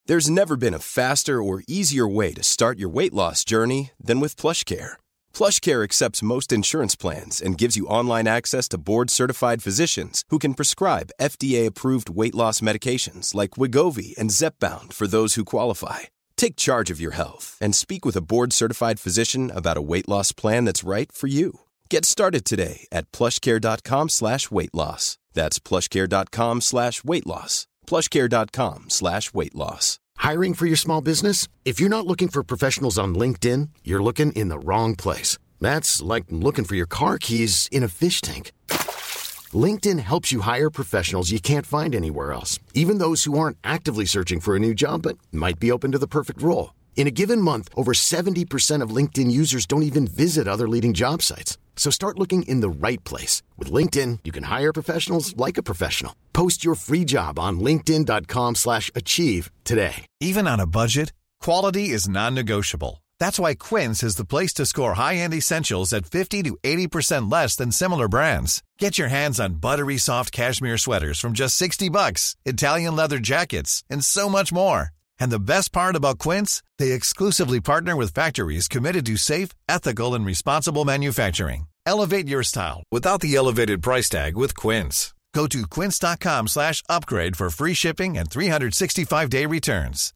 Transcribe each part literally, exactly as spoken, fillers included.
There's never been a faster or easier way to start your weight loss journey than with PlushCare. PlushCare accepts most insurance plans and gives you online access to board-certified physicians who can prescribe F D A-approved weight loss medications like Wegovy and Zepbound for those who qualify. Take charge of your health and speak with a board-certified physician about a weight loss plan that's right for you. Get started today at plushcare.com slash weight loss. That's plushcare.com slash weight loss. plushcare.com slash weight loss. Hiring for your small business? If you're not looking for professionals on LinkedIn, you're looking in the wrong place. That's like looking for your car keys in a fish tank. LinkedIn helps you hire professionals you can't find anywhere else, even those who aren't actively searching for a new job but might be open to the perfect role. In a given month, over seventy percent of LinkedIn users don't even visit other leading job sites. So start looking in the right place. With LinkedIn, you can hire professionals like a professional. Post your free job on linkedin.com slash achieve today. Even on a budget, quality is non-negotiable. That's why Quince is the place to score high-end essentials at fifty to eighty percent less than similar brands. Get your hands on buttery soft cashmere sweaters from just sixty bucks, Italian leather jackets, and so much more. And the best part about Quince, they exclusively partner with factories committed to safe, ethical, and responsible manufacturing. Elevate your style without the elevated price tag with Quince. Go to quince.com slash upgrade for free shipping and three sixty-five day returns.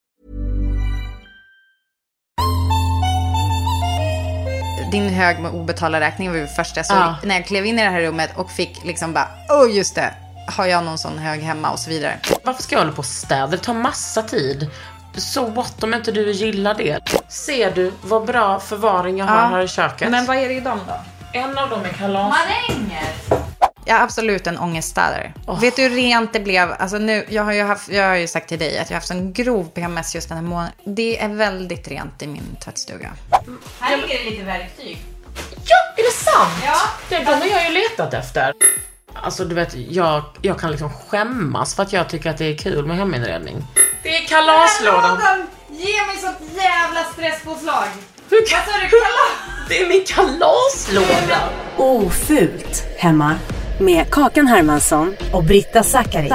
Din hög med obetalda räkning var det första jag såg Ja. när jag klev in i det här rummet och fick liksom bara, åh oh, just det, har jag någon sån hög hemma och så vidare. Varför ska jag hålla på och städa? Det tar massa tid. Så what om inte du gillar det? Ser du vad bra förvaring jag har Ja. här i köket? Men vad är det i dem då? En av dem är kalas. Maränger! Jag är absolut en ångeststädare. Oh. Vet du hur rent det blev? Alltså nu, jag har ju haft, jag har ju sagt till dig att jag har haft en grov P M S just den här månaden. Det är väldigt rent i min tvättstuga. Här ligger det lite verktyg. Ja, är det sant? Ja. Det, de har jag ju letat efter. Alltså du vet, jag, jag kan liksom skämmas för att jag tycker att det är kul med heminredning. Det är kalaslådan. Ge mig sånt jävla stresspåslag. Hur kan... Vad sa du? Kalas? Det är min kalaslåda. Ofult hemma med Kakan Hermansson och Britta Zackari.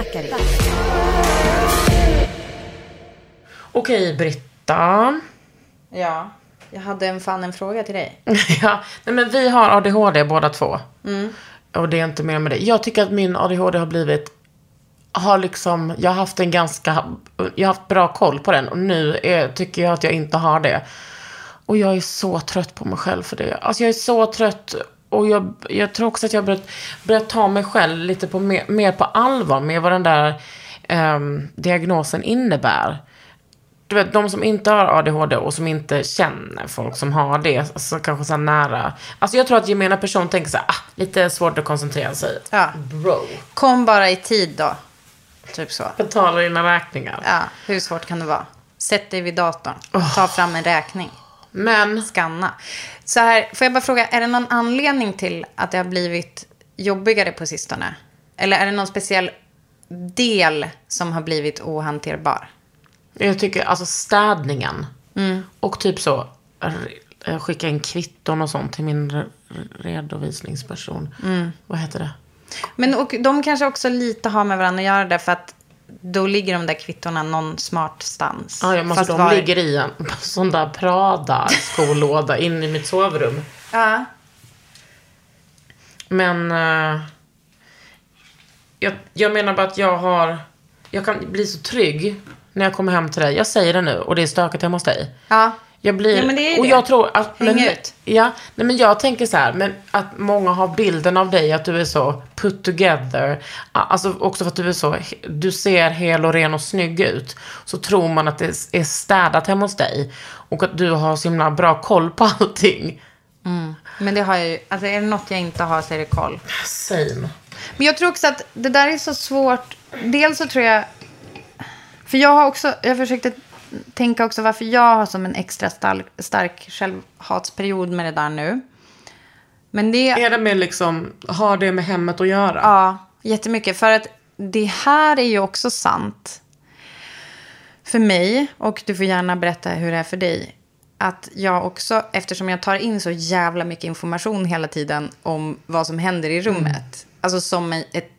Okej, Britta. Ja, jag hade en fan en fråga till dig. Ja, nej, men vi har A D H D båda två. Mm. Och det är inte mer med det. Jag tycker att min A D H D har blivit... Har liksom... Jag har haft en ganska... Jag har haft bra koll på den. Och nu är, tycker jag att jag inte har det. Och jag är så trött på mig själv för det. Alltså jag är så trött. Och jag, jag tror också att jag har börjat, börjat ta mig själv lite på mer, mer på allvar. Med vad den där um, diagnosen innebär. Du vet, de som inte har A D H D och som inte känner folk som har det, alltså kanske så här nära. Alltså jag tror att gemena person tänker så här, ah, lite svårt att koncentrera sig. Ja. Bro. Kom bara i tid då. Typ så. Betala dina räkningar. Ja, hur svårt kan det vara? Sätt dig vid datorn. Ta fram en räkning. Men. Skanna. Så här, får jag bara fråga, är det någon anledning till att det har blivit jobbigare på sistone? Eller är det någon speciell del som har blivit ohanterbar? Jag tycker, alltså städningen. Mm. Och typ så, r- skicka in kvitton och sånt till min re- redovisningsperson. Mm. Vad heter det? Men och de kanske också lite har med varandra att göra det, för att då ligger de där kvittorna någon smart stans. Ja, jag måste, Fast de var... ligger i en sån där Prada-skolåda in i mitt sovrum. Ja. Men uh, jag, jag menar bara att jag har... Jag kan bli så trygg när jag kommer hem till dig. Jag säger det nu och det är stökigt hemma hos dig. Ja. Jag blir, Ja, men det är och det. jag tror att... Häng men, ut. Ja, nej, men jag tänker så här, men att många har bilden av dig att du är så put together. Alltså också för att du är så... Du ser hel och ren och snygg ut. Så tror man att det är städat hemma hos dig. Och att du har så himla bra koll på allting. Mm. Men det har jag ju... Alltså är det något jag inte har så är det koll. Same. Men jag tror också att det där är så svårt. Dels så tror jag... För jag har också... Jag försökte tänka också varför jag har som en extra stark, stark självhatsperiod med det där nu. Men det... Är det med liksom... Har det med hemmet att göra? Ja, jättemycket. För att det här är ju också sant. För mig, och du får gärna berätta hur det är för dig. Att jag också, eftersom jag tar in så jävla mycket information hela tiden om vad som händer i rummet. Mm. Alltså som ett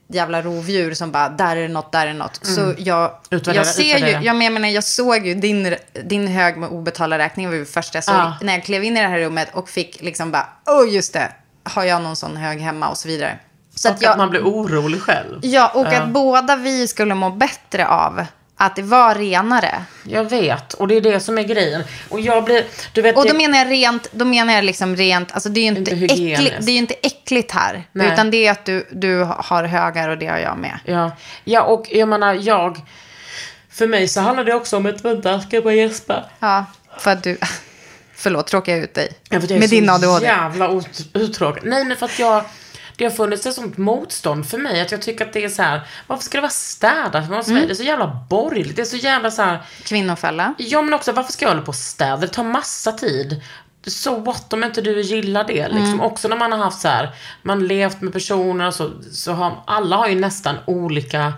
jävla rovdjur som bara, där är det något, där är det något. Mm. Så jag, utvärdera, jag ser utvärdera. ju, jag menar, jag såg ju din, din hög med obetalda räkningar var det första jag såg Ja. när jag klev in i det här rummet och fick liksom bara, åh oh, just det, har jag någon sån hög hemma och så vidare. Så och att, jag, att man blir orolig själv. Ja, och ja. att båda vi skulle må bättre av att det var renare. Jag vet, och det är det som är grejen. Och jag blir, du vet... Och då det... menar jag rent, då menar jag liksom rent, alltså det är ju inte, inte äckligt, det är ju inte äckligt här. Nej. Utan det är att du, du har högar och det har jag med. Ja. ja, och jag menar, jag... För mig så handlar det också om ett vänta, ska jag bara gäspa? Ja, för att du... Förlåt, tråkar jag ut dig. Ja, för jag med din A D H D. Jävla ut, uttråkad. Nej, men för att jag... Det har funnits ett sånt motstånd för mig att jag tycker att det är så här, varför ska det vara städat? Mm. Det är så jävla borgerligt. Det är så jävla så här... Kvinnofälla. Ja, men också, varför ska jag hålla på och städa? Det tar massa tid. Så what om inte du gillar det liksom. Mm. Också när man har haft så här, man levt med personer och så, så har alla har ju nästan olika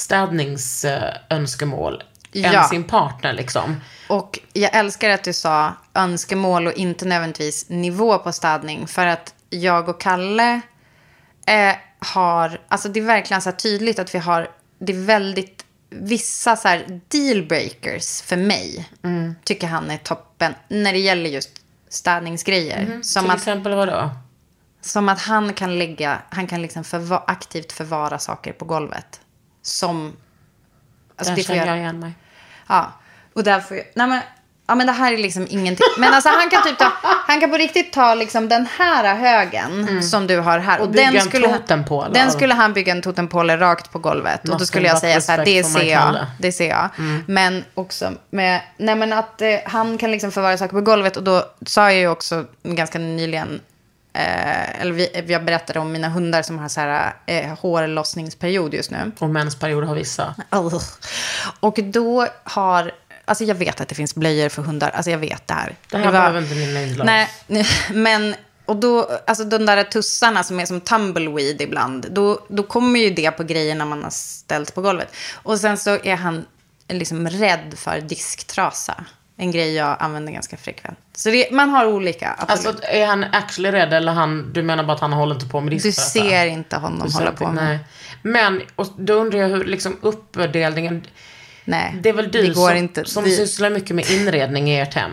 städningsönskemål än ja. sin partner liksom. Och jag älskar att du sa önskemål och inte nödvändigtvis nivå på städning. För att jag och Kalle eh, har, alltså det är verkligen så här tydligt att vi har, det är väldigt vissa så här dealbreakers för mig. Mm. Tycker han är toppen när det gäller just städningsgrejer. Mm. Som Till att, exempel vad då? Som att han kan lägga, han kan liksom förva- aktivt förvara saker på golvet. Som, alltså där det får känner jag, jag igen mig. Ja, och därför, nej men, ja men det här är liksom ingenting. Men alltså han kan typ ta, han kan på riktigt ta liksom den här högen mm. som du har här. Och bygga den en skulle, totempåle. Den skulle han bygga en totempåle rakt på golvet. Nothing och då skulle jag säga så här, det ser jag. Det ser jag. Mm. Men också med, nej men att eh, han kan liksom förvara saker på golvet. Och då sa jag ju också ganska nyligen, eh, eller vi, jag berättade om mina hundar som har så här eh, hårlossningsperiod just nu. Och mensperiod har vissa. Oh. Och då har... Alltså jag vet att det finns blöjor för hundar. Alltså jag vet det här. Det här det var, behöver inte min mejl. Nej, men... Och då, alltså de där tussarna som är som tumbleweed ibland. Då, då kommer ju det på grejerna man har ställt på golvet. Och sen så är han liksom rädd för disktrasa. En grej jag använder ganska frekvent. Så det, man har olika. Absolut. Alltså är han actually rädd eller han, du menar bara att han håller inte på med disktrasa? Du ser inte honom du hålla inte, på med. Nej. Men och då undrar jag hur liksom uppdelningen... Nej, det är väl du går som, inte. som vi... sysslar mycket med inredning i ert hem?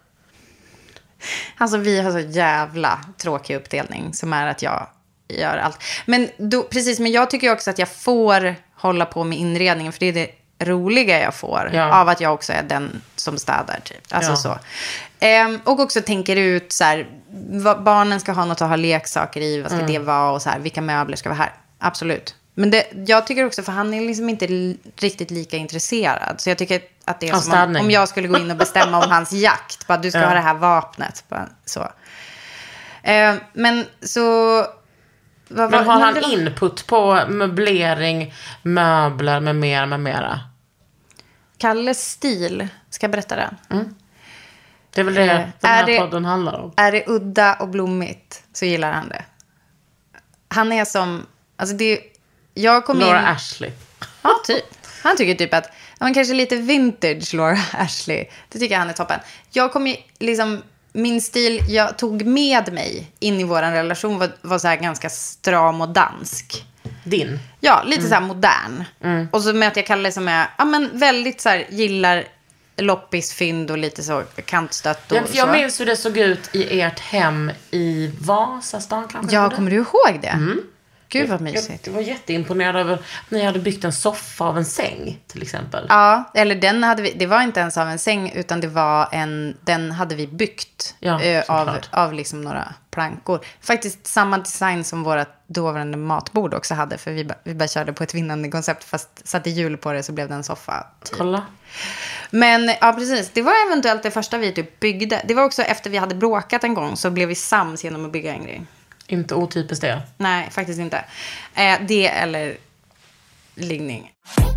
Alltså vi har så jävla tråkig uppdelning som är att jag gör allt. Men då, precis, men jag tycker också att jag får hålla på med inredningen för det är det roliga jag får ja. av att jag också är den som städar typ. Alltså ja. så. Ehm, och också tänker ut så här, vad barnen ska ha något att ha leksaker i, vad ska mm. det vara och så här, vilka möbler ska vara här. Absolut. Men det, jag tycker också, för han är liksom inte l- riktigt lika intresserad. Så jag tycker att det är som om, om jag skulle gå in och bestämma om hans jakt. Bara, du ska ja. ha det här vapnet. Bara, så. Eh, men så... Vad, men har vad, han var... input på möblering, möbler med mer, med mera? Kalles stil, ska jag berätta den? Mm. Det är väl det eh, den här det, podden handlar om. Är det udda och blommigt så gillar han det. Han är som... Alltså det, jag kom Laura in... Ashley. Ja, typ. Han tycker typ att man kanske lite vintage Laura Ashley. Det tycker jag han är toppen. Jag kom ju liksom... Min stil jag tog med mig in i vår relation var, var så här ganska stram och dansk. Din? Ja, lite mm. så här modern. Mm. Och så möter jag Kalle som är ja, men väldigt så här, gillar loppisfynd och lite så kantstött. Och ja, för jag så. minns hur det såg ut i ert hem i Vasastan kanske. Ja, kommer du ihåg det? Mm. Gud vad mysigt. Jag, jag var jätteimponerad över att ni hade byggt en soffa av en säng till exempel. Ja, eller den hade vi, det var inte ens av en säng utan det var en, den hade vi byggt ja, eh, av, av liksom några plankor. Faktiskt samma design som våra dåvarande matbord också hade, för vi, ba, vi bara körde på ett vinnande koncept fast satte hjul på det så blev det en soffa. Typ. Kolla. Men ja, precis. Det var eventuellt det första vi typ byggde. Det var också efter vi hade bråkat en gång så blev vi sams genom att bygga en grej. Inte otypiskt det. Nej, faktiskt inte. Eh, det eller liggning.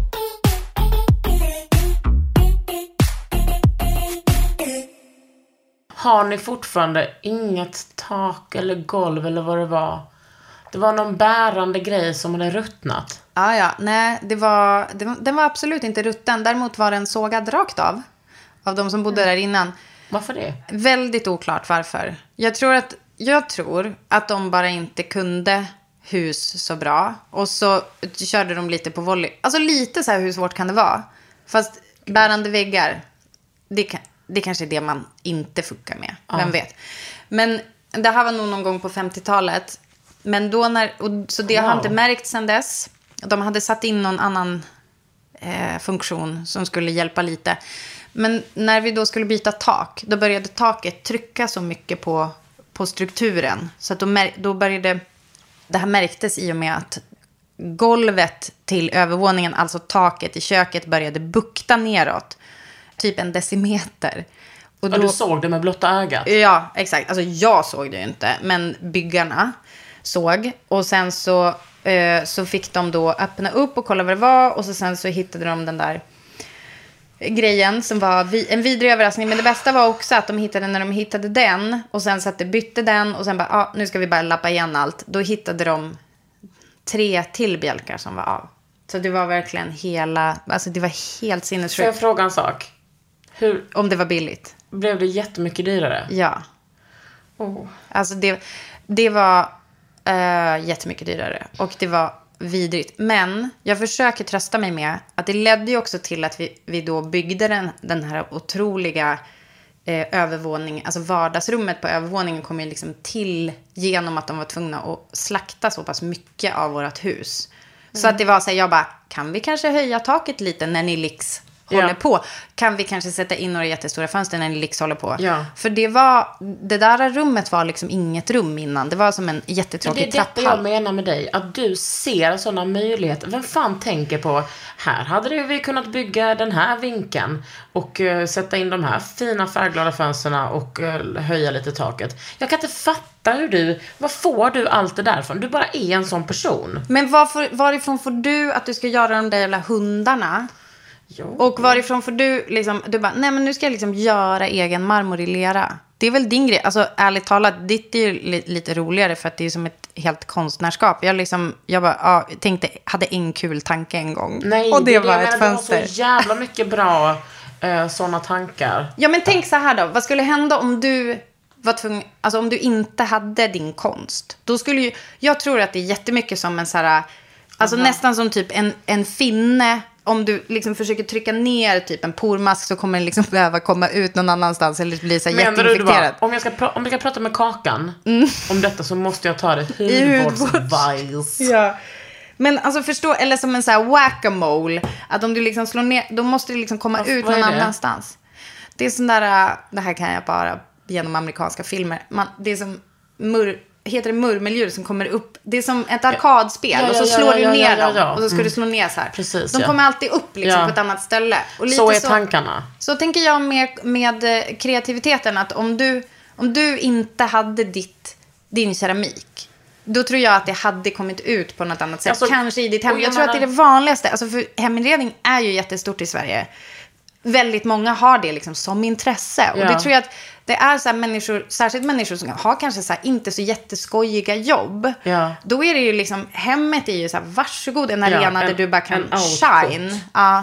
Har ni fortfarande inget tak eller golv eller vad det var? Det var någon bärande grej som hade ruttnat. Ja, ja. Nej, det var, det var, den var absolut inte rutten. Däremot var den sågad rakt av. Av de som bodde där innan. Varför det? Väldigt oklart varför. Jag tror att, jag tror att de bara inte kunde hus så bra. Och så körde de lite på volley. Alltså lite så här, hur svårt kan det vara? Fast bärande väggar, det, kan, det kanske är det man inte fuckar med. Ja. Vem vet. Men det här var nog någon gång på femtiotalet. Men då när, och, så det wow. har inte märkt sedan dess. De hade satt in någon annan eh, funktion som skulle hjälpa lite. Men när vi då skulle byta tak, då började taket trycka så mycket på, på strukturen. Så att då, då började, det här märktes i och med att golvet till övervåningen, alltså taket i köket, började bukta neråt. Typ en decimeter. Och då, ja, du såg det med blotta ögat? Ja, exakt. Alltså jag såg det ju inte, men byggarna såg. Och sen så, eh, så fick de då öppna upp och kolla vad det var. Och så sen så hittade de den där grejen som var vi, en vidrig överraskning. Men det bästa var också att de hittade när de hittade den. Och sen så att det bytte den. Och sen bara, ah, nu ska vi bara lappa igen allt. Då hittade de tre till bjälkar som var av. Så det var verkligen hela, alltså det var helt sinnessjukt. Får jag fråga en sak? Hur, om det var billigt. Blev det jättemycket dyrare? Ja. Oh. Alltså det, det var uh, jättemycket dyrare. Och det var vidrigt. Men jag försöker trösta mig med att det ledde ju också till att vi, vi då byggde den, den här otroliga eh, övervåningen. Alltså vardagsrummet på övervåningen kom ju liksom till genom att de var tvungna att slakta så pass mycket av vårt hus. Mm. Så att det var så här, jag bara, kan vi kanske höja taket lite när ni liksom håller ja. på? Kan vi kanske sätta in några jättestora fönster när ni liksom håller på? Ja. För det var, det där rummet var liksom inget rum innan. Det var som en jättetråkig trapphall. Det är detta jag menar med dig. Att du ser sådana möjligheter. Vem fan tänker på, här hade vi kunnat bygga den här vinkeln och uh, sätta in de här fina färgglada fönsterna och uh, höja lite taket. Jag kan inte fatta hur du, vad får du allt det därifrån? Du bara är en sån person. Men varför, varifrån får du att du ska göra de där jävla hundarna? Jo. Och varifrån får du liksom, du bara, nej men nu ska jag liksom göra egen marmor i lera. Det är väl din grej. Alltså ärligt talat, ditt är ju li- lite roligare för att det är som ett helt konstnärskap. Jag liksom, jag bara, ja, tänkte, hade en kul tanke en gång. Nej, och det, det var det, ett fönster. Det var så jävla mycket bra eh, sådana tankar. Ja men tänk så här då, vad skulle hända om du var tvungen, alltså om du inte hade din konst? Då skulle ju, jag tror att det är jättemycket som en så här, alltså uh-huh. nästan som typ en, en finne. Om du liksom försöker trycka ner typ en pormask så kommer den liksom behöva komma ut någon annanstans eller bli så jätteinfekterad. Om jag ska pra- om jag ska prata med Kakan mm. om detta så måste jag ta det hudvårdsvajs. Ja. Men alltså förstå, eller som en så här whack-a-mole, att om du liksom slår ner, då måste det liksom komma alltså, ut någon annanstans. Det är sån där, det här kan jag bara genom amerikanska filmer. Man, det är som mur heter det murmeldjur som kommer upp. Det är som ett arkadspel ja, ja, och så slår ja, ja, du ner ja, ja, ja. dem och så ska mm. du slå ner så här. Precis, de kommer ja. alltid upp liksom ja. på ett annat ställe. Och lite så är så, tankarna. Så tänker jag med, med kreativiteten att om du, om du inte hade ditt, din keramik, då tror jag att det hade kommit ut på något annat sätt. Alltså, kanske i ditt hem. Jag, jag tror menar... att det är det vanligaste. Alltså för heminredning är ju jättestort i Sverige. Väldigt många har det liksom som intresse. Och ja. det tror jag att det är så här människor, särskilt människor som har kanske så här inte så jätteskojiga jobb. Ja. Då är det ju liksom, hemmet är ju så här, varsågod en arena ja, en, där du bara kan shine. Ja.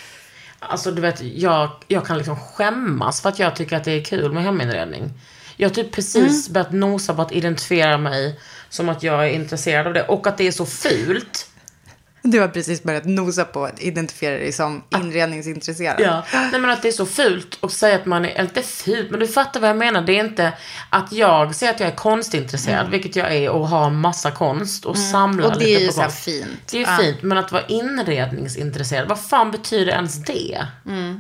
Alltså du vet, jag, jag kan liksom skämmas för att jag tycker att det är kul med heminredning. Jag har typ precis mm. börjat nosa på att identifiera mig som att jag är intresserad av det. Och att det är så fult. Du har precis börjat nosa på att identifiera dig som inredningsintresserad. Ja, nej men att det är så fult och säga att man är, inte fult, men du fattar vad jag menar. Det är inte att jag säger att jag är konstintresserad, mm. vilket jag är och har massa konst och mm. samlar och det lite är ju på så konst. Fint. Det är ju ja. fint, men att vara inredningsintresserad, vad fan betyder ens det? Mm.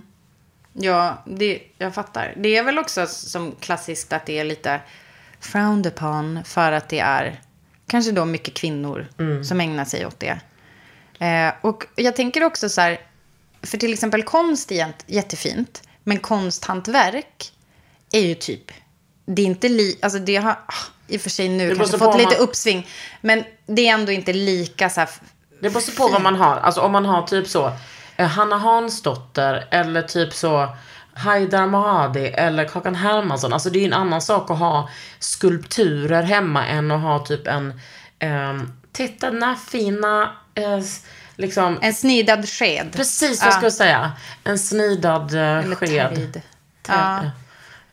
Ja, det, jag fattar. Det är väl också som klassiskt att det är lite frowned upon för att det är kanske då mycket kvinnor mm. som ägnar sig åt det. Eh, och jag tänker också så här, för till exempel konst är jättefint, men konsthantverk är ju typ, det är inte li, alltså det har i och för sig nu kanske fått lite man... uppsving, men det är ändå inte lika så här. Det beror på vad man har, alltså om man har typ så eh, Hanna Hansdotter eller typ så Haidar Mahadi eller Kakan Hermansson, alltså det är ju en annan sak att ha skulpturer hemma än att ha typ en eh, titta den här fina eh, liksom, en snidad sked. Precis vad ja. jag skulle säga. En snidad uh, sked. Ja.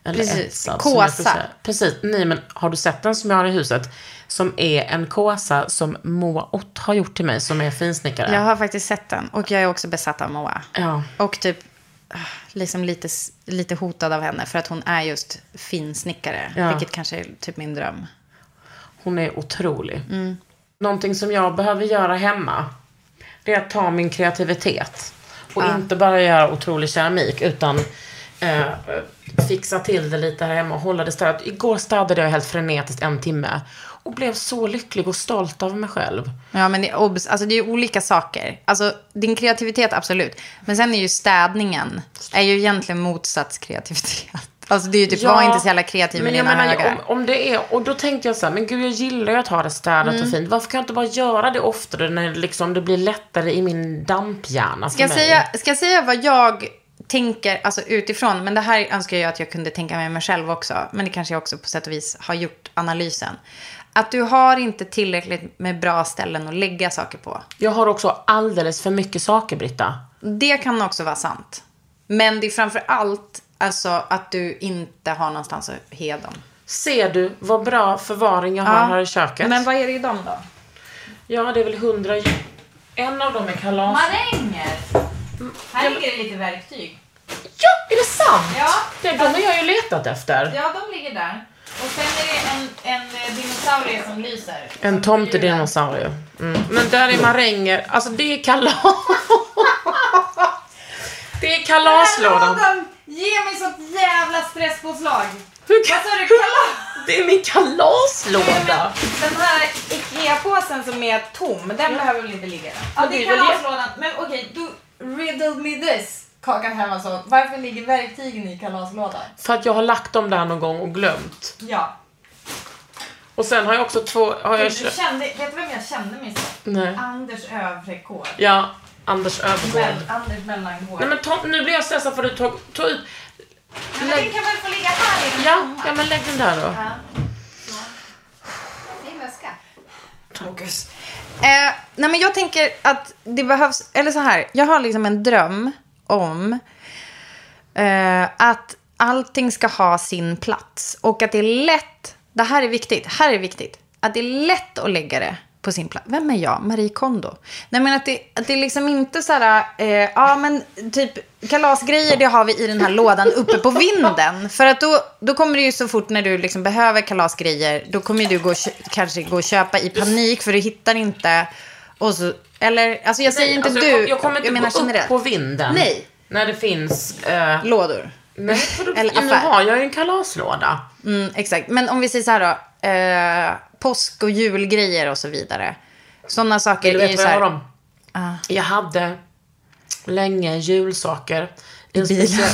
Eller Precis, etsad, kåsa. Precis, nej men har du sett den som jag har i huset? Som är en kåsa som Moa Ott har gjort till mig, som är finsnickare. Jag har faktiskt sett den, och jag är också besatt av Moa. Ja. Och typ liksom lite, lite hotad av henne, för att hon är just finsnickare. Ja. Vilket kanske är typ min dröm. Hon är otrolig. Mm. Någonting som jag behöver göra hemma, det är att ta min kreativitet. Och ja. inte bara göra otrolig keramik, utan eh, fixa till det lite här hemma och hålla det städat. Igår städade jag helt frenetiskt en timme. Och blev så lycklig och stolt av mig själv. Ja, men det är, obs- alltså det är ju olika saker. Alltså din kreativitet, absolut. Men sen är ju städningen är ju egentligen motsatskreativitet. Alltså det är ju typ, ja, var inte så jävla kreativ med dina högar. Om, om det är, och då tänkte jag så här, men gud, jag gillar ju att ha det städat mm. och fint. Varför kan jag inte bara göra det oftare när liksom det blir lättare i min damphjärna? Ska jag, säga, ska jag säga vad jag tänker, alltså utifrån, men det här önskar jag att jag kunde tänka med mig själv också. Men det kanske jag också på sätt och vis har gjort analysen. Att du har inte tillräckligt med bra ställen att lägga saker på. Jag har också alldeles för mycket saker, Britta. Det kan också vara sant. Men det är framför allt alltså att du inte har någonstans att he dem. Ser du vad bra förvaring jag har ja. här i köket? Men vad är det i dem då? Ja, det är väl hundra. En av dem är kalas. Maränger. Här ligger det lite verktyg. Ja, är det sant? Ja. Det, de har jag ju letat efter. Ja, de ligger där. Och sen är det en, en dinosaurie som lyser. En tomtedinosaurie. Mm. Men där är maränger. Alltså det är kalas. Det är kalaslådan. Ge mig sånt jävla stresspåslag. Hur kan, vad sa du? Kalas? Det är min kalaslåda. Den här Ikea-påsen som är tom, den ja. behöver väl inte ligga där. Ja, det är kalaslådan. Men okej, du riddle me this. Kakan Hermansson, varför ligger verktygen i kalaslådan? För att jag har lagt dem där någon gång och glömt. Ja. Och sen har jag också två... Har jag... Du kände, vet du vem jag kände mig som? Nej. Anders Övrekår. Ja, Anders Övrekår. Mell, Anders Mellangård. Nej men ta, nu blir jag stressad för att du tog, tog ut... Men lägg... den kan väl få ligga här i den ja, ja, men lägg den där då. Ja. Så. Det är väska. Fokus. Eh, nej men jag tänker att det behövs... Eller så här, jag har liksom en dröm om eh, att allting ska ha sin plats. Och att det är lätt... Det här är viktigt. Här är viktigt. Att det är lätt att lägga det på sin plats. Vem är jag? Marie Kondo. Nej, men att det, att det är liksom inte så här... Eh, ja, men typ kalasgrejer, det har vi i den här lådan uppe på vinden. För att då, då kommer det ju så fort när du liksom behöver kalasgrejer. Då kommer du gå, kanske gå och köpa i panik för du hittar inte. Och så, eller, alltså jag säger nej, inte alltså du. Jag, jag kommer inte jag menar gå generellt. upp på vinden. Nej. När det finns... Eh, lådor. Nej, för då, eller ja, nu har jag ju en kalaslåda. Mm, exakt. Men om vi säger så här då. Eh, påsk- och julgrejer och så vidare. Sådana saker du vet är ju vad så här... jag har dem? Ah. Jag hade länge julsaker i en, speciell,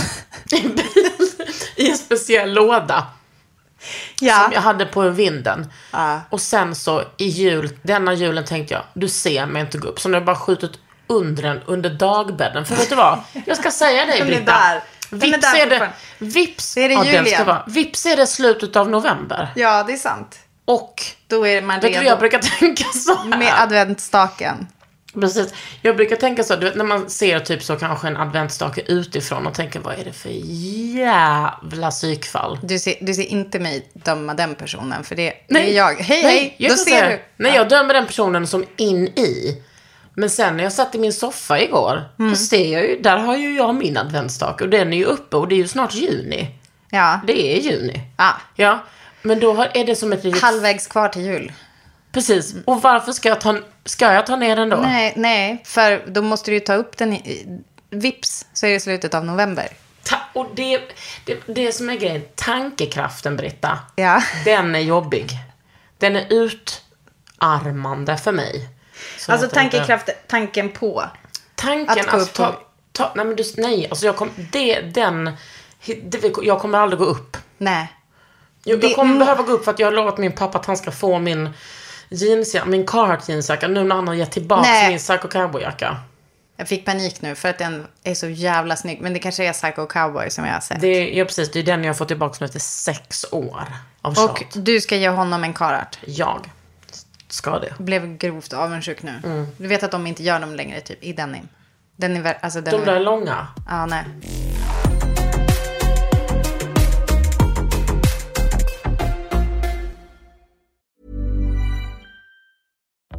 i en speciell låda. Ja. Som jag hade på vinden. Ah. Och sen så i jul, denna julen tänkte jag, du ser mig inte gå upp. Så nu har jag bara skjutit under den, under dagbädden. För vet du vad? Jag ska säga dig, Britta. Där. Vips är, är det, vips är det ja, jul igen. Vara, vips är det slutet av november. Ja, det är sant. Och då är man vet redo. Du, jag brukar tänka så här. Med adventstaken. Precis. Jag brukar tänka så, du vet, när man ser typ så kanske en adventstake utifrån och tänker, vad är det för jävla psykfall? Du ser, du ser inte mig döma den personen, för det, det är jag. Hej, nej, hej, jag då ser säga, du. Nej, jag dömer den personen som in i. Men sen när jag satt i min soffa igår, mm. så ser jag ju, där har ju jag min adventsstake. Och den är ju uppe och det är ju snart juni. Ja. Det är juni. Ja. Ja. Men då är det som ett litet... halvvägs kvar till jul. Precis. Och varför ska jag ta, ska jag ta ner den då? Nej, nej, för då måste du ju ta upp den i, vips, så är det slutet av november. Ta, och det, det, det som är grejen, tankekraften, Britta, ja. den är jobbig. Den är utarmande för mig. Så alltså tankekraft, tanken på tanken, att gå alltså, upp. Ta, ta, nej, men du, nej, alltså jag, kom, det, den, det, jag kommer aldrig gå upp. Nej. Jag, det, jag kommer mm. behöva gå upp för att jag har lovat min pappa att han ska få min jeansjacka, min Carhartt jeansjacka nu när han har gett tillbaka nej. min Psycho Cowboy-jacka. Jag fick panik nu för att den är så jävla snygg. Men det kanske är Psycho Cowboy som jag har sett. Det, ja, precis. Det är den jag har fått tillbaka nu efter sex år av tjat. Och du ska ge honom en Carhartt. Jag ska det. Blev grovt avundsjuk nu. Mm. Du vet att de inte gör dem längre typ i denim. Den är, alltså, den de där är... långa? Ja, nej.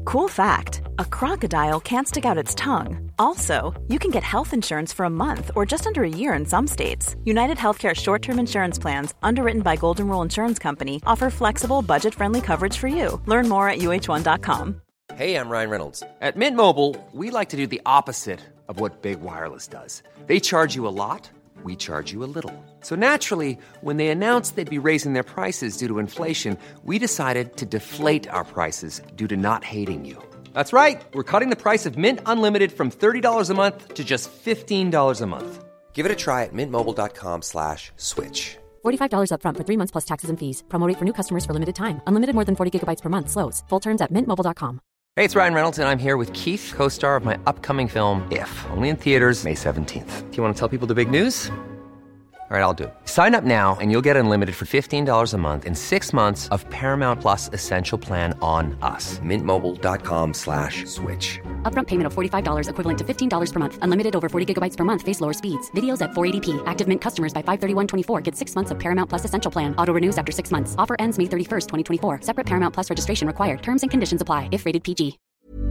Cool fact, a crocodile can't stick out its tongue. Also, you can get health insurance for a month or just under a year in some states. United Healthcare short-term insurance plans, underwritten by Golden Rule Insurance Company, offer flexible, budget-friendly coverage for you. Learn more at U H one dot com. Hey, I'm Ryan Reynolds. At Mint Mobile, we like to do the opposite of what Big Wireless does. They charge you a lot, we charge you a little. So naturally, when they announced they'd be raising their prices due to inflation, we decided to deflate our prices due to not hating you. That's right. We're cutting the price of Mint Unlimited from thirty dollars a month to just fifteen dollars a month. Give it a try at mintmobile.com slash switch. forty-five dollars up front for three months plus taxes and fees. Promo rate for new customers for limited time. Unlimited more than forty gigabytes per month slows. Full terms at mint mobile dot com. Hey, it's Ryan Reynolds, and I'm here with Keith, co-star of my upcoming film, If, only in theaters May seventeenth. Do you want to tell people the big news? All right, I'll do it. Sign up now and you'll get unlimited for fifteen dollars a month and six months of Paramount Plus Essential Plan on us. Mintmobile.com slash switch. Upfront payment of forty-five dollars equivalent to fifteen dollars per month. Unlimited over forty gigabytes per month. Face lower speeds. Videos at four eighty p. Active Mint customers by five thirty-one twenty-four get six months of Paramount Plus Essential Plan. Auto renews after six months. Offer ends May thirty-first, twenty twenty-four. Separate Paramount Plus registration required. Terms and conditions apply if rated P G.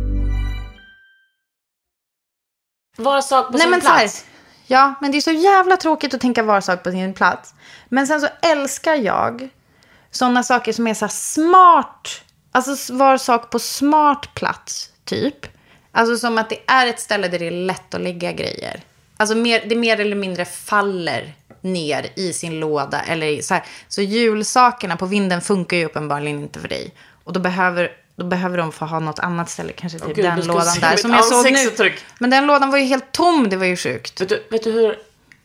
Var sak på Nej, sin men plats. Så här, ja, men det är så jävla tråkigt att tänka var sak på sin plats. Men sen så älskar jag sådana saker som är så här smart. Alltså var sak på smart plats, typ. Alltså som att det är ett ställe där det är lätt att lägga grejer. Alltså mer, det mer eller mindre faller ner i sin låda. Eller i, så, här. Så julsakerna på vinden funkar ju uppenbarligen inte för dig. Och då behöver... Då behöver de få ha något annat ställe. Kanske typ oh, Gud, den lådan där. Som jag såg nu. Men den lådan var ju helt tom. Det var ju sjukt. Vet du, vet du hur...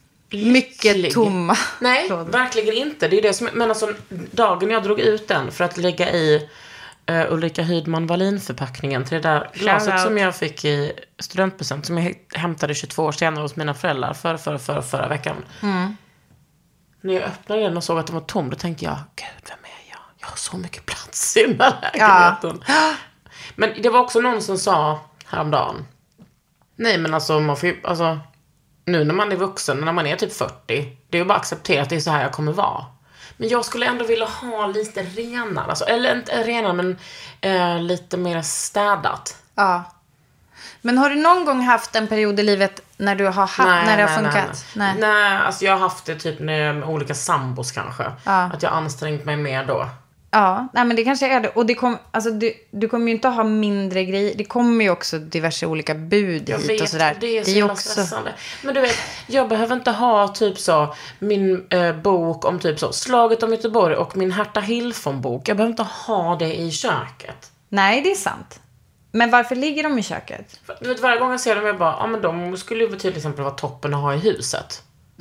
Mycket lycklig. Tomma. Nej, lådan. Verkligen inte. Det är det som... Men alltså, dagen jag drog ut den för att lägga i uh, Ulrika Hydman Wallin-förpackningen till det där glaset som jag fick i studentpresent. Som jag hämtade tjugotvå år senare hos mina föräldrar. För, för, för, förra veckan. Mm. När jag öppnade den och såg att den var tom. Då tänkte jag, gud, vem är jag? Jag har så mycket plats i den här lägenheten. Ja. Men det var också någon som sa häromdagen. Nej, men alltså, man får ju, alltså nu när man är vuxen, när man är typ fyrtio, det är ju bara acceptera att det är så här jag kommer vara. Men jag skulle ändå vilja ha lite renare. Alltså, eller inte renare, men eh, lite mer städat. Ja. Men har du någon gång haft en period i livet när du har haft, nej, när det har nej, funkat? Nej, nej. nej. nej, alltså jag har haft det typ med olika sambos kanske. Ja. Att jag har ansträngt mig mer då. Ja, nej, men det kanske är det. Och det kom, alltså, du, du kommer ju inte ha mindre grejer. Det kommer ju också diverse olika bud jag hit vet, och sådär. Det är så det är också stressande. Men du vet, jag behöver inte ha typ så min eh, bok om typ så Slaget om Göteborg och min Herta Hilfon-bok. Jag behöver inte ha det i köket. Nej, det är sant. Men varför ligger de i köket? För, du vet, varje gång jag ser dem jag bara, ja men de skulle ju till exempel vara toppen att ha i huset.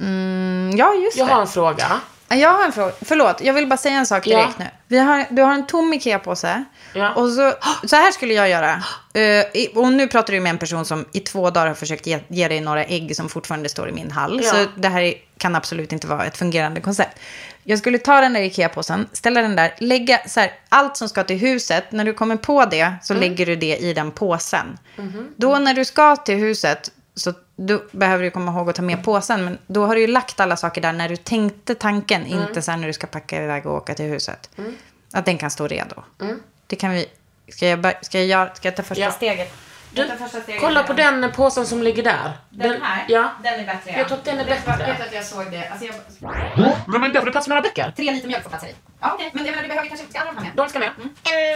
Mm, ja, just jag det. Jag har en fråga. Jag har en fråga. Förlåt, jag vill bara säga en sak direkt ja. nu. Vi har, du har en tom Ikea-påse. Ja. Och så, så här skulle jag göra. Uh, och nu pratar du med en person som i två dagar har försökt ge, ge dig några ägg som fortfarande står i min hall. Ja. Så det här är, kan absolut inte vara ett fungerande koncept. Jag skulle ta den där Ikea-påsen, ställa den där, lägga så här, allt som ska till huset. När du kommer på det så mm. lägger du det i den påsen. Mm-hmm. Då när du ska till huset så då behöver du komma ihåg att ta med påsen. Men då har du ju lagt alla saker där när du tänkte tanken. Mm. Inte sen när du ska packa iväg och åka till huset. Mm. Att den kan stå redo. Mm. Det kan vi... Ska jag, bör, ska jag, göra, ska jag ta första ja. steget? Du, första steget kolla på den påsen som ligger där. Den, den här? Ja. Den är bättre. Ja. Jag tror att den är bättre. Jag vet att jag såg det. Alltså jag... Men, men behöver du plats med några böcker? Tre liter mjölk får plats i. Ja, okej. Okay. Men jag menar, du behöver kanske inte alla de här med. De ska med. Mm.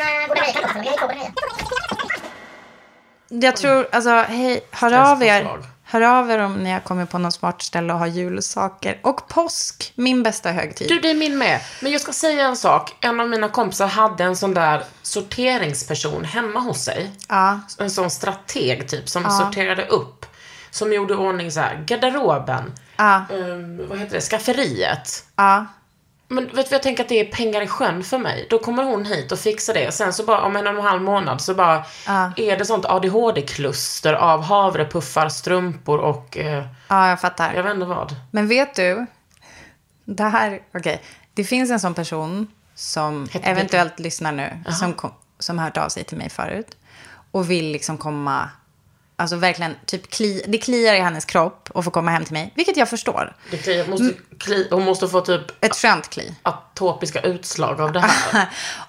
Jag tror, alltså, hej, hör av er. Hör av er om ni har kommit på något smart ställe och har julsaker. Och påsk, min bästa högtid. Du, det är min med. Men jag ska säga en sak. En av mina kompisar hade en sån där sorteringsperson hemma hos sig. Ja. En sån strateg typ som ja. sorterade upp. Som gjorde ordning så här, garderoben. Ja. Um, vad heter det? Skafferiet. Ja. Men vet du vad jag tänker att det är pengar i sjön för mig. Då kommer hon hit och fixar det. Sen så bara om en och en halv månad så bara ja. är det sånt A D H D-kluster av havrepuffar, strumpor och... Eh, ja, jag fattar. Jag vet inte vad. Men vet du, det här, okej. Okay. Det finns en sån person som Heter eventuellt det? lyssnar nu. Som, kom, som hört av sig till mig förut. Och vill liksom komma... Alltså verkligen, typ kli, det kliar i hennes kropp och få komma hem till mig. Vilket jag förstår. Det kliar, måste kli, hon måste få typ... Ett skönt kli. Atopiska utslag av det här.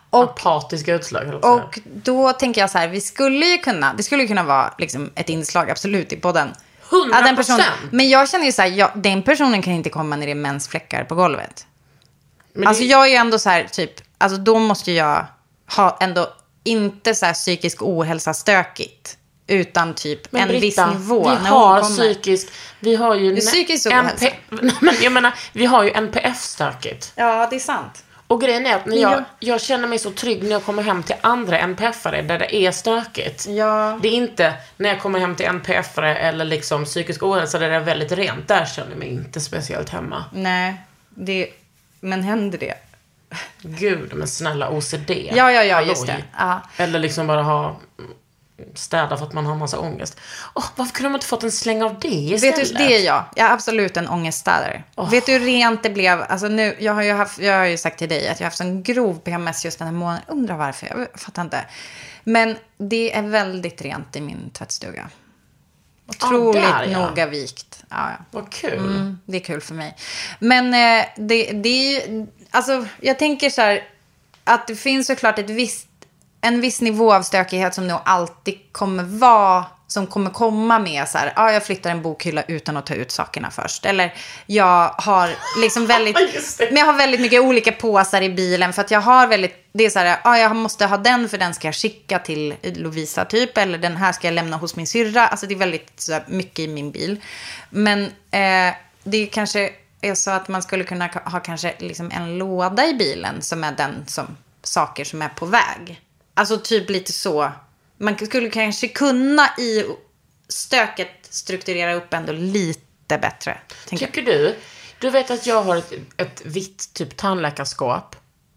Och, apatiska utslag. Och då tänker jag så här, vi skulle ju kunna, det skulle ju kunna vara liksom ett inslag absolut i podden. hundra procent. Ja, men jag känner ju så här, jag, den personen kan inte komma när det är mensfläckar på golvet. Men alltså det... jag är ju ändå så här, typ, alltså då måste jag ha ändå inte så här psykisk ohälsa stökigt. Utan typ men en Britta, viss nivå. Vi när har hon psykisk, vi har ju psykisk ohälsa. Men jag menar, vi har ju N P F-stökigt. Ja, det är sant. Och grejen är att när jag, jag... jag känner mig så trygg när jag kommer hem till andra N P F-are där det är stökigt. Ja. Det är inte när jag kommer hem till N P F-are eller liksom psykisk ohälsa där det är väldigt rent. Där känner jag mig inte speciellt hemma. Nej, det... men händer det? Gud, men snälla O C D. Ja, ja, ja, just det. Ja. Eller liksom bara ha städa för att man har en massa ångest. Åh, varför kunde man inte fått en släng av det istället? Vet du, det är jag. Jag är absolut en ångeststädare. Oh. Vet du hur rent det blev? Alltså nu, jag har ju haft, jag har ju sagt till dig att jag har haft en grov P M S just den här månaden. Undrar varför, jag fattar inte. Men det är väldigt rent i min tvättstuga. Otroligt oh, där, ja. noga vikt. Ja, ja. Vad kul. Mm, det är kul för mig. Men eh, det, det är ju, alltså jag tänker så här, att det finns såklart ett visst en viss nivå av stökighet som nog alltid kommer vara, som kommer komma med så här, ja, jag flyttar en bokhylla utan att ta ut sakerna först. Eller jag har liksom väldigt, men jag har väldigt mycket olika påsar i bilen för att jag har väldigt, det är så här, ja, jag måste ha den för den ska jag skicka till Lovisa typ, eller den här ska jag lämna hos min syrra. Alltså det är väldigt så här, mycket i min bil. Men eh, det kanske är så att man skulle kunna ha kanske liksom en låda i bilen som är den som, saker som är på väg. Alltså typ lite så. Man skulle kanske kunna i stöket strukturera upp ändå lite bättre. Tycker du? Du vet att jag har ett, ett vitt typ tandläkarskåp.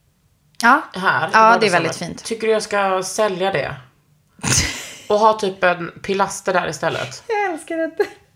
Ja, här, ja det är väldigt fint. Tycker du jag ska sälja det? Och ha typ en pilaster där istället? Jag älskar det.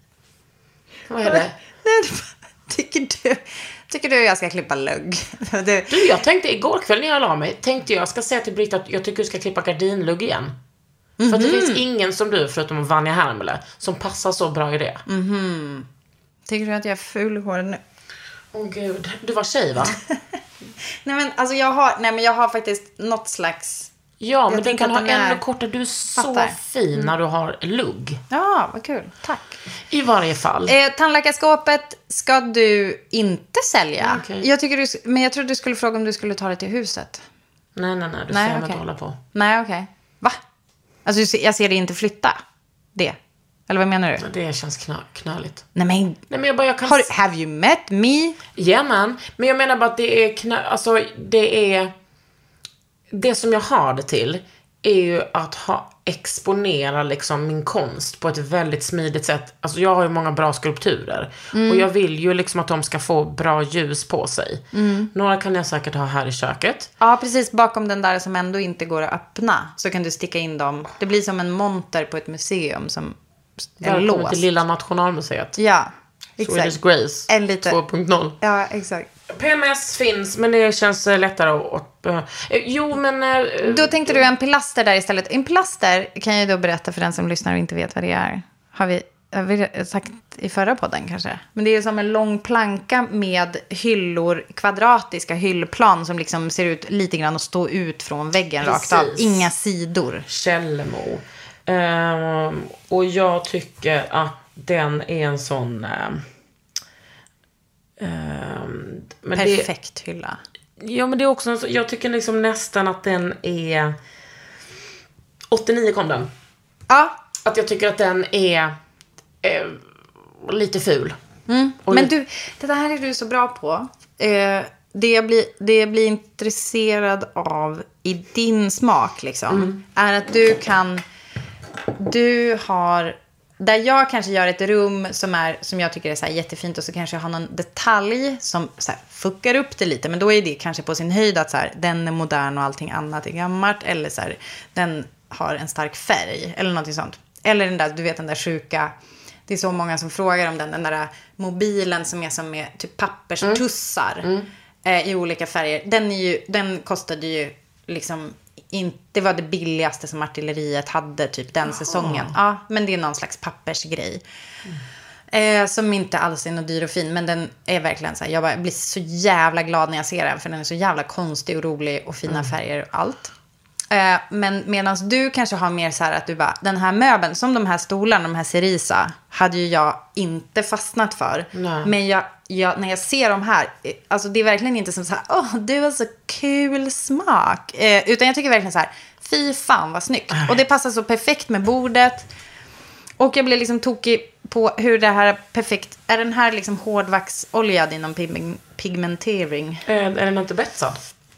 Vad är det? Tycker du... Tycker du jag ska klippa lugg? Du, jag tänkte igår kväll när jag la mig, tänkte jag ska säga till Britta att jag tycker du ska klippa gardinlugg igen. Mm-hmm. För att det finns ingen som du, förutom Vanja Hermele, som passar så bra i det. Mhm. Tycker du att jag är ful i håret nu? Åh oh, gud, du var tjej va? nej men alltså jag har, nej men jag har faktiskt något slags... Ja, men den kan ha ännu kortare. Du är så Fattar. fin mm. när du har lugg. Ja, vad kul. Tack. I varje fall. Eh, tandläkarskåpet ska du inte sälja. Okay. Jag tycker du, men jag trodde du skulle fråga om du skulle ta det till huset. Nej, nej, nej. Du nej, får okay. inte hålla på. Nej, okej. Okay. Va? Alltså, jag ser det inte flytta. Det. Eller vad menar du? Det känns knö- knöligt. Nej, men... Nej, men jag bara, jag kan... Har, have you met me? Ja, men. Men jag menar bara att det är knö... Alltså, det är... Det som jag har det till är ju att ha, exponera liksom min konst på ett väldigt smidigt sätt. Alltså jag har ju många bra skulpturer. Mm. Och jag vill ju liksom att de ska få bra ljus på sig. Mm. Några kan jag säkert ha här i köket. Ja, precis. Bakom den där som ändå inte går att öppna. Så kan du sticka in dem. Det blir som en monter på ett museum som är Välkommen låst. till Lilla Nationalmuseet. Ja, exakt. Swedish Grace en lite... två punkt noll. Ja, exakt. P M S finns, men det känns lättare att... Uh, jo, men... Uh, då tänkte du en pilaster där istället. En pilaster kan jag då berätta för den som lyssnar och inte vet vad det är. Har vi, har vi sagt i förra podden kanske? Men det är som en lång planka med hyllor, kvadratiska hyllplan som liksom ser ut lite grann att stå ut från väggen. Precis. Rakt av. Inga sidor. Källmo. Uh, och jag tycker att den är en sån... Uh, Um, men perfekt det, hylla. Ja, men det är också, jag tycker liksom nästan att den är åttionio kom den. Ja. Att jag tycker att den är eh, lite ful. Mm. Men lite... du, det här är du så bra på. Eh, det, jag blir, det jag blir intresserad av i din smak liksom, mm. är att du kan, du har... Där jag kanske gör ett rum som, är, som jag tycker är så här jättefint och så kanske jag har någon detalj som så här fuckar upp det lite. Men då är det kanske på sin höjd att så här, den är modern och allting annat är gammalt. Eller så här, den har en stark färg eller någonting sånt. Eller den där, du vet den där sjuka, det är så många som frågar om den. Den där mobilen som är som med typ papperstussar mm. Mm. Eh, i olika färger. Den, är ju, den kostade ju liksom... Inte, det var det billigaste som artilleriet hade typ den oh. säsongen. Ja, men det är någon slags pappersgrej. Eh, som inte alls är något dyr och fin. Men den är verkligen så här. Jag bara blir så jävla glad när jag ser den. För den är så jävla konstig och rolig. Och fina mm. färger och allt. Eh, men medan du kanske har mer så här att du bara. Den här möbeln, som de här stolarna, de här Cerisa. Hade ju jag inte fastnat för. Nej. Men jag, jag, när jag ser dem här. Alltså det är verkligen inte som så här. Åh, du har så kul smak. Eh, utan jag tycker verkligen så här. Fy fan vad snyggt. Äh. Och det passar så perfekt med bordet. Och jag blir liksom tokig på hur det här är perfekt. Är den här liksom hårdvaxoljad inom pig- pigmentering? Är, är den inte betsad?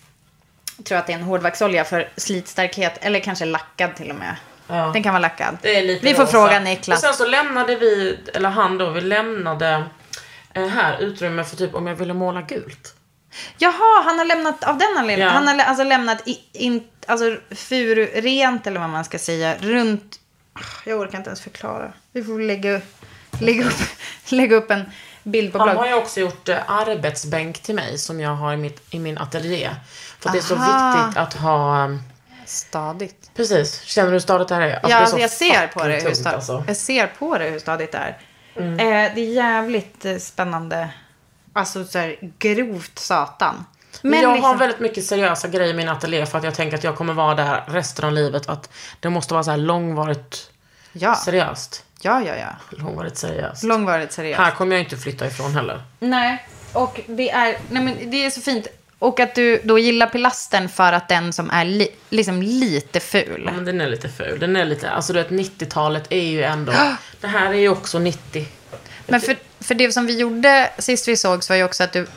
Jag tror att det är en hårdvaxolja för slitstarkhet. Eller kanske lackad till och med. Ja. Den kan vara lackad. Det är lite vi får rosa. Fråga Niklas. Och sen så lämnade vi, eller han då, vi lämnade eh, här utrymme för typ om jag ville måla gult. Jaha, han har lämnat av den anledningen. Ja. Han har alltså lämnat i, in, alltså furu rent eller vad man ska säga. Runt, jag orkar inte ens förklara. Vi får lägga, lägga, upp, lägga upp en bild på blogg. Han har ju också gjort eh, arbetsbänk till mig som jag har i, mitt, i min ateljé. För att det är så Aha. viktigt att ha... Um, stadigt. Precis. Känner du hur stadigt det här är? Alltså, ja, det är så jag ser på det hur tungt, stadigt, alltså. jag ser på det hur stadigt det är. Mm. Eh, det är jävligt eh, spännande. Alltså så här grovt satan. Men, Men jag liksom... har väldigt mycket seriösa grejer i min ateljé för att jag tänker att jag kommer vara där resten av livet. Att det måste vara så här långvarigt ja. seriöst. Ja, ja, ja. Långvarigt seriöst. Långvarigt seriöst. Här kommer jag inte flytta ifrån heller. Nej, och det är, nej men det är så fint. Och att du då gillar pilastern för att den som är li, liksom lite ful. Ja, men den är lite ful. Den är lite, alltså du vet, nittiotalet är ju ändå... Det här är ju också nittio. Men för, för det som vi gjorde sist vi sågs var ju också att du...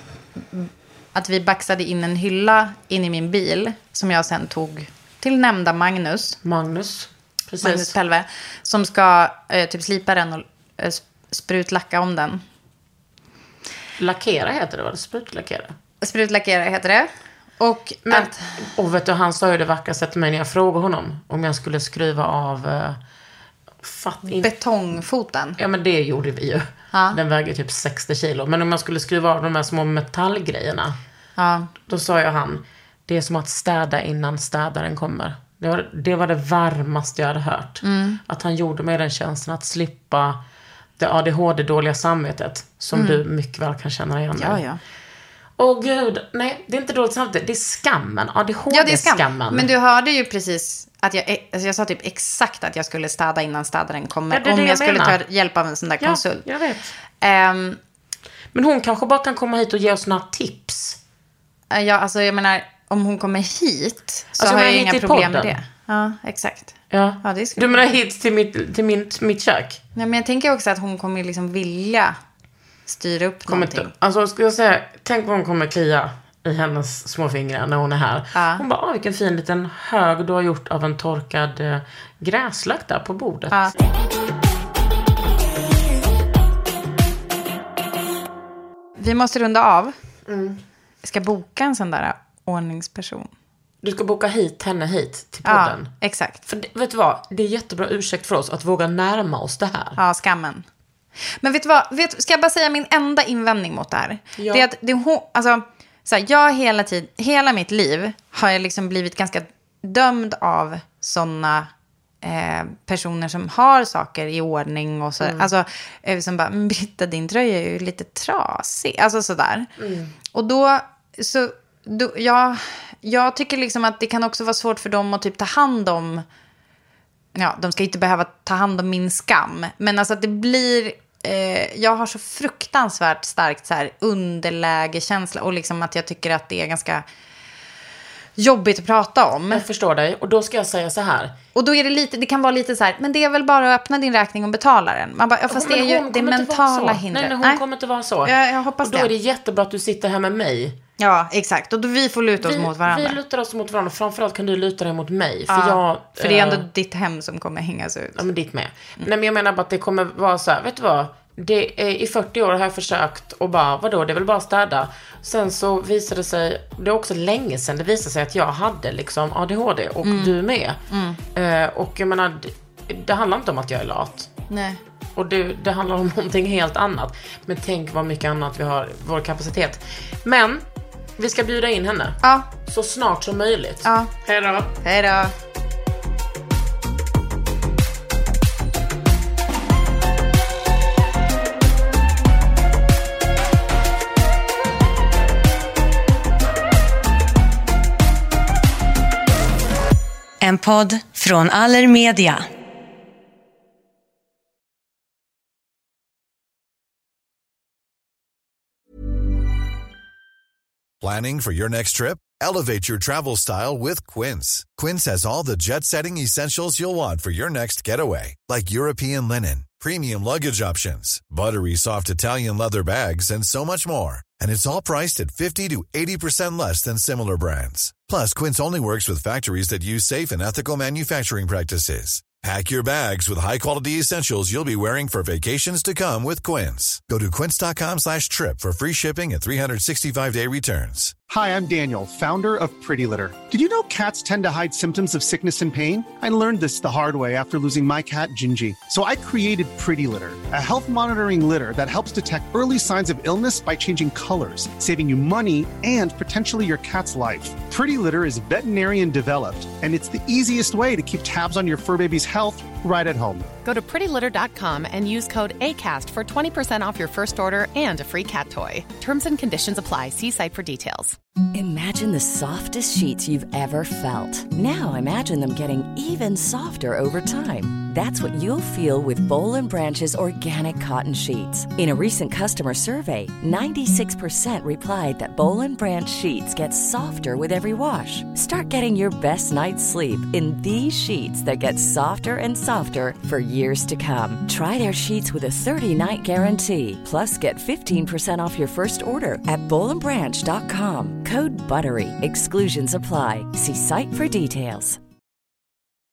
Att vi baxade in en hylla in i min bil. Som jag sen tog till nämnda Magnus. Magnus, precis. Magnus Pelve. Som ska eh, typ slipa den och eh, sprutlacka om den. Lackera heter det, va? Sprutlackera. Sprutlackera heter det. Och, Men, att... och vet du, han sa ju det vackraste till mig när jag frågade honom om jag skulle skruva av eh, fatt in... betongfoten. Ja, men det gjorde vi ju. Ja. Den väger typ sextio kilo. Men om jag skulle skruva av de här små metallgrejerna, ja. Då sa jag han, det är som att städa innan städaren kommer. Det var det, var det varmaste jag hade hört. Mm. Att han gjorde mig den tjänsten att slippa det A D H D-dåliga samvetet som mm. du mycket väl kan känna igen. Ja, ja. Åh gud, nej, det är inte dåligt samvete, det är skammen. A D H D-skammen. Ja, det är skam. Men du hörde ju precis att jag, alltså jag sa typ exakt att jag skulle städa innan städaren kommer. Ja, det är det om jag, jag skulle ta hjälp av en sån där ja, konsult. Jag vet. Um, Men hon kanske bara kan komma hit och ge oss några tips. Ja, alltså jag menar, om hon kommer hit så alltså, har jag inga problem podden. med det. Ja, exakt. Ja. Ja, det du menar hit till mitt, till min, mitt kök? Nej, men jag tänker också att hon kommer liksom vilja styra upp kommer någonting. Inte, alltså ska jag säga, tänk vad hon kommer klia i hennes små fingrar när hon är här. Ja. Hon bara, vilken fin liten hög du har gjort av en torkad eh, gräslök där på bordet. Ja. Vi måste runda av. Mm. Jag ska boka en sån där ordningsperson. Du ska boka hit henne hit till podden. Ja, exakt. För vet du vad? Det är jättebra ursäkt för oss att våga närma oss det här. Ja, skammen. Men vet du vad? Vet, ska jag bara säga min enda invändning mot det här? Ja. Det är att det, alltså, så här, jag hela, tid, hela mitt liv har jag liksom blivit ganska dömd av såna eh, personer som har saker i ordning. Och så, mm. Alltså, som bara, men Britta, din tröja är ju lite trasig. Alltså sådär. Mm. Och då, så, då jag, jag tycker liksom att det kan också vara svårt för dem att typ ta hand om... Ja, de ska inte behöva ta hand om min skam. Men alltså att det blir... Eh, jag har så fruktansvärt starkt så här underlägekänsla. Och liksom att jag tycker att det är ganska jobbigt att prata om. Jag förstår dig. Och då ska jag säga så här. Och då är det lite... Det kan vara lite så här... Men det är väl bara att öppna din räkning och betala den. Man bara, ja, fast men det är ju det mentala hindret. Nej, nej, hon nej. kommer inte vara så. Jag, jag hoppas och då det. är det jättebra att du sitter här med mig. Ja, exakt. Och då vi får luta oss vi, mot varandra. Vi lutar oss mot varandra. Framförallt kan du luta dig mot mig. För, ja, jag, för det är ändå äh, ditt hem som kommer hängas ut. Ja, men ditt med. Mm. Nej, men jag menar bara att det kommer vara så här. Vet du vad? Det är, i fyrtio år har jag försökt och bara, vadå, det är väl bara städa. Sen så visade det sig, det är också länge sedan det visade sig att jag hade liksom A D H D och mm. du med. Mm. Eh, och jag menar, det, det handlar inte om att jag är lat. Nej. Och det, det handlar om någonting helt annat. Men tänk vad mycket annat vi har, vår kapacitet. Men vi ska bjuda in henne. Ja. Så snart som möjligt. Ja. Hej då. Hej då. En podd från Allermedia. Planning for your next trip? Elevate your travel style with Quince. Quince has all the jet-setting essentials you'll want for your next getaway, like European linen, premium luggage options, buttery soft Italian leather bags, and so much more. And it's all priced at fifty to eighty percent less than similar brands. Plus, Quince only works with factories that use safe and ethical manufacturing practices. Pack your bags with high-quality essentials you'll be wearing for vacations to come with Quince. Go to quince.com slash trip for free shipping and three sixty-five day returns. Hi, I'm Daniel, founder of Pretty Litter. Did you know cats tend to hide symptoms of sickness and pain? I learned this the hard way after losing my cat, Gingy. So I created Pretty Litter, a health monitoring litter that helps detect early signs of illness by changing colors, saving you money and potentially your cat's life. Pretty Litter is veterinarian developed, and it's the easiest way to keep tabs on your fur baby's health right at home. Go to pretty litter dot com and use code ACAST for twenty percent off your first order and a free cat toy. Terms and conditions apply. See site for details. Imagine the softest sheets you've ever felt. Now imagine them getting even softer over time. That's what you'll feel with Boll and Branch's organic cotton sheets. In a recent customer survey, ninety-six percent replied that Boll and Branch sheets get softer with every wash. Start getting your best night's sleep in these sheets that get softer and softer for years to come. Try their sheets with a thirty-night guarantee. Plus, get fifteen percent off your first order at boll and branch dot com. Code BUTTERY. Exclusions apply. See site for details.